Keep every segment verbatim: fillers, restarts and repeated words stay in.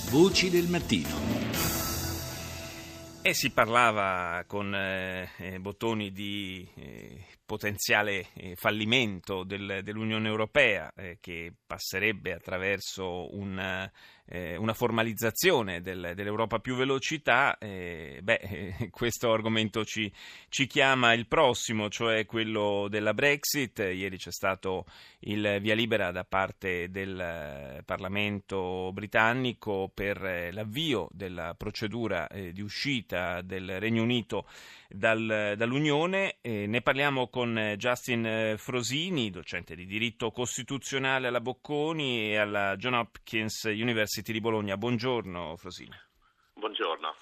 Voci del mattino. E si parlava con eh, Bottoni di eh, potenziale eh, fallimento del, dell'Unione Europea eh, che passerebbe attraverso un, eh, una formalizzazione del, dell'Europa più velocità. Eh, beh, eh, questo argomento ci, ci chiama il prossimo, cioè quello della Brexit. Ieri c'è stato il via libera da parte del Parlamento britannico per eh, l'avvio della procedura eh, di uscita del Regno Unito dal, dall'Unione. Eh, ne parliamo con Justin Frosini, docente di diritto costituzionale alla Bocconi e alla Johns Hopkins University di Bologna. Buongiorno Frosini. Buongiorno.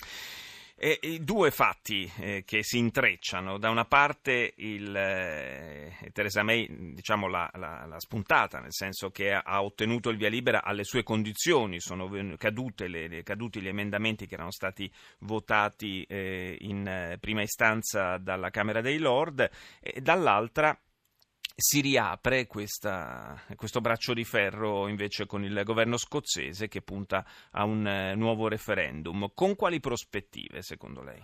E, e due fatti eh, che si intrecciano. Da una parte il, eh, Theresa May, diciamo, l'ha, l'ha, l'ha spuntata, nel senso che ha, ha ottenuto il via libera alle sue condizioni, sono cadute le, le, caduti gli emendamenti che erano stati votati eh, in eh, prima istanza dalla Camera dei Lord, e dall'altra si riapre questa, questo braccio di ferro invece con il governo scozzese che punta a un eh, nuovo referendum. Con quali prospettive, secondo lei?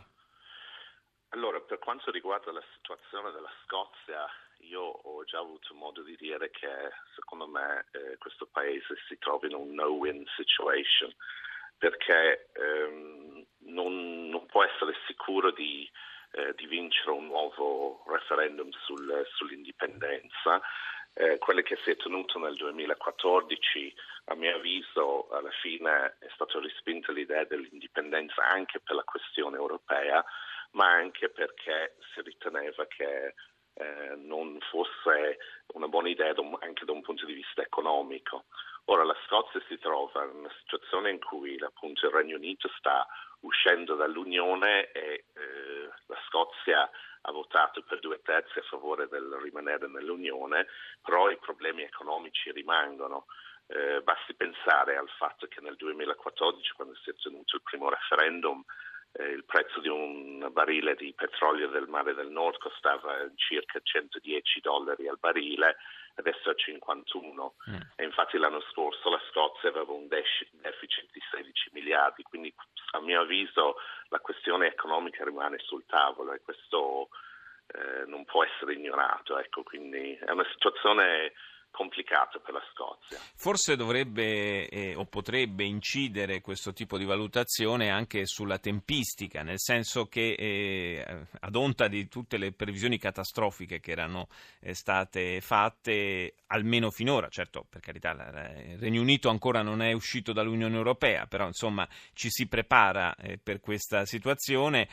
Allora, per quanto riguarda la situazione della Scozia, io ho già avuto modo di dire che secondo me eh, questo paese si trova in un no-win situation, perché ehm, non, non può essere sicuro di Eh, di vincere un nuovo referendum sul, sull'indipendenza. Eh, quello che si è tenuto nel duemilaquattordici, a mio avviso, alla fine è stata respinta l'idea dell'indipendenza anche per la questione europea, ma anche perché si riteneva che eh, non fosse una buona idea anche da un punto di vista economico. Ora la Scozia si trova in una situazione in cui appunto il Regno Unito sta uscendo dall'Unione e eh, la Scozia ha votato per due terzi a favore del rimanere nell'Unione, però i problemi economici rimangono. Eh, basti pensare al fatto che nel duemilaquattordici, quando si è tenuto il primo referendum, eh, il prezzo di un barile di petrolio del Mare del Nord costava circa centodieci dollari al barile, adesso è cinquantuno. Mm. E infatti l'anno scorso la Scozia aveva un deficit di sedici miliardi, quindi a mio avviso la questione economica rimane sul tavolo e questo eh, non può essere ignorato. Ecco, quindi è una situazione complicato per la Scozia. Forse dovrebbe eh, o potrebbe incidere questo tipo di valutazione anche sulla tempistica, nel senso che eh, ad onta di tutte le previsioni catastrofiche che erano eh, state fatte, almeno finora, certo, per carità, il Regno Unito ancora non è uscito dall'Unione Europea, però insomma ci si prepara eh, per questa situazione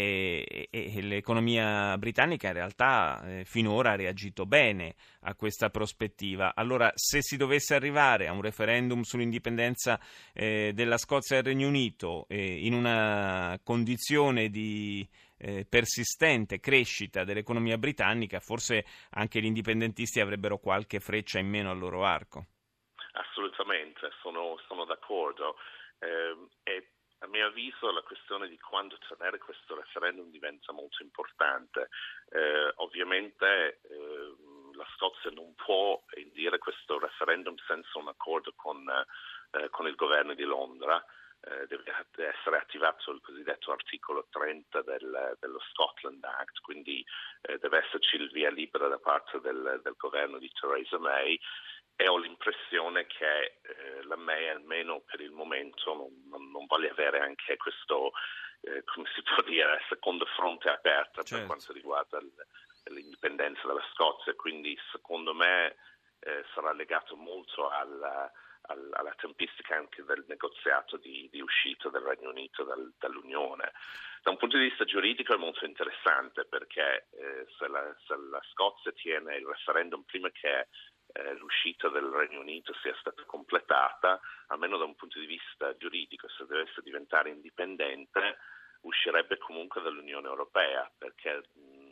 e, e, e l'economia britannica in realtà eh, finora ha reagito bene a questa prospettiva. Allora, se si dovesse arrivare a un referendum sull'indipendenza eh, della Scozia e del Regno Unito eh, in una condizione di eh, persistente crescita dell'economia britannica, forse anche gli indipendentisti avrebbero qualche freccia in meno al loro arco. Assolutamente, sono, sono d'accordo. Eh, e a mio avviso la questione di quando tenere questo referendum diventa molto importante. Eh, ovviamente eh, la Scozia non può indire questo referendum senza un accordo con, eh, con il governo di Londra. Eh, deve essere attivato il cosiddetto articolo trenta del, dello Scotland Act, quindi eh, deve esserci il via libera da parte del, del governo di Theresa May. E ho l'impressione che eh, la May, almeno per il momento, non, non, non voglia avere anche questo, eh, come si può dire, secondo fronte aperta. Certo. Per quanto riguarda il, l'indipendenza della Scozia. Quindi secondo me eh, sarà legato molto alla, alla, alla tempistica anche del negoziato di, di uscita del Regno Unito dal, dall'Unione. Da un punto di vista giuridico è molto interessante perché eh, se, la, se la Scozia tiene il referendum prima che Eh, l'uscita del Regno Unito sia stata completata, almeno da un punto di vista giuridico, se dovesse diventare indipendente, uscirebbe comunque dall'Unione Europea, perché mh,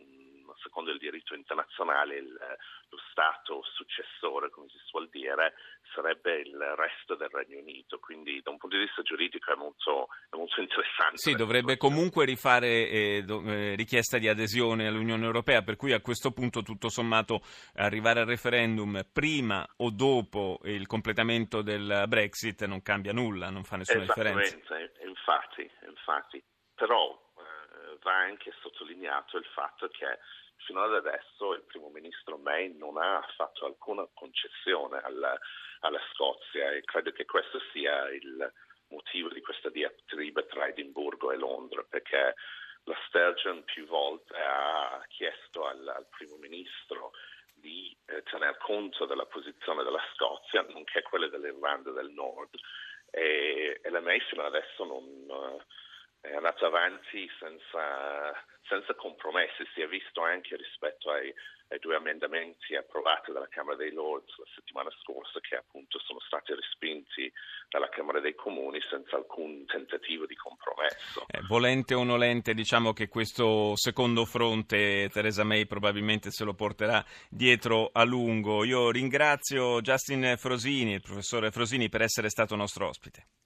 secondo il diritto internazionale il, lo Stato successore, come si suol dire, sarebbe il resto del Regno Unito, quindi da un punto di vista giuridico è molto, è molto interessante. Sì, dovrebbe comunque rifare eh, do, eh, richiesta di adesione all'Unione Europea, per cui a questo punto tutto sommato arrivare al referendum prima o dopo il completamento del Brexit non cambia nulla, non fa nessuna differenza. Esattamente, infatti, infatti. Però eh, va anche sottolineato il fatto che fino ad adesso il primo ministro May non ha fatto alcuna concessione alla, alla Scozia e credo che questo sia il motivo di questa diatriba tra Edimburgo e Londra, perché la Sturgeon più volte ha chiesto al, al primo ministro di eh, tener conto della posizione della Scozia, nonché quella dell'Irlanda del Nord, e, e la May fino adesso non... Uh, è andato avanti senza, senza compromessi. Si è visto anche rispetto ai, ai due emendamenti approvati dalla Camera dei Lords la settimana scorsa, che appunto sono stati respinti dalla Camera dei Comuni senza alcun tentativo di compromesso. Eh, volente o nolente, diciamo che questo secondo fronte Theresa May probabilmente se lo porterà dietro a lungo. Io ringrazio Justin Frosini, il professore Frosini, per essere stato nostro ospite.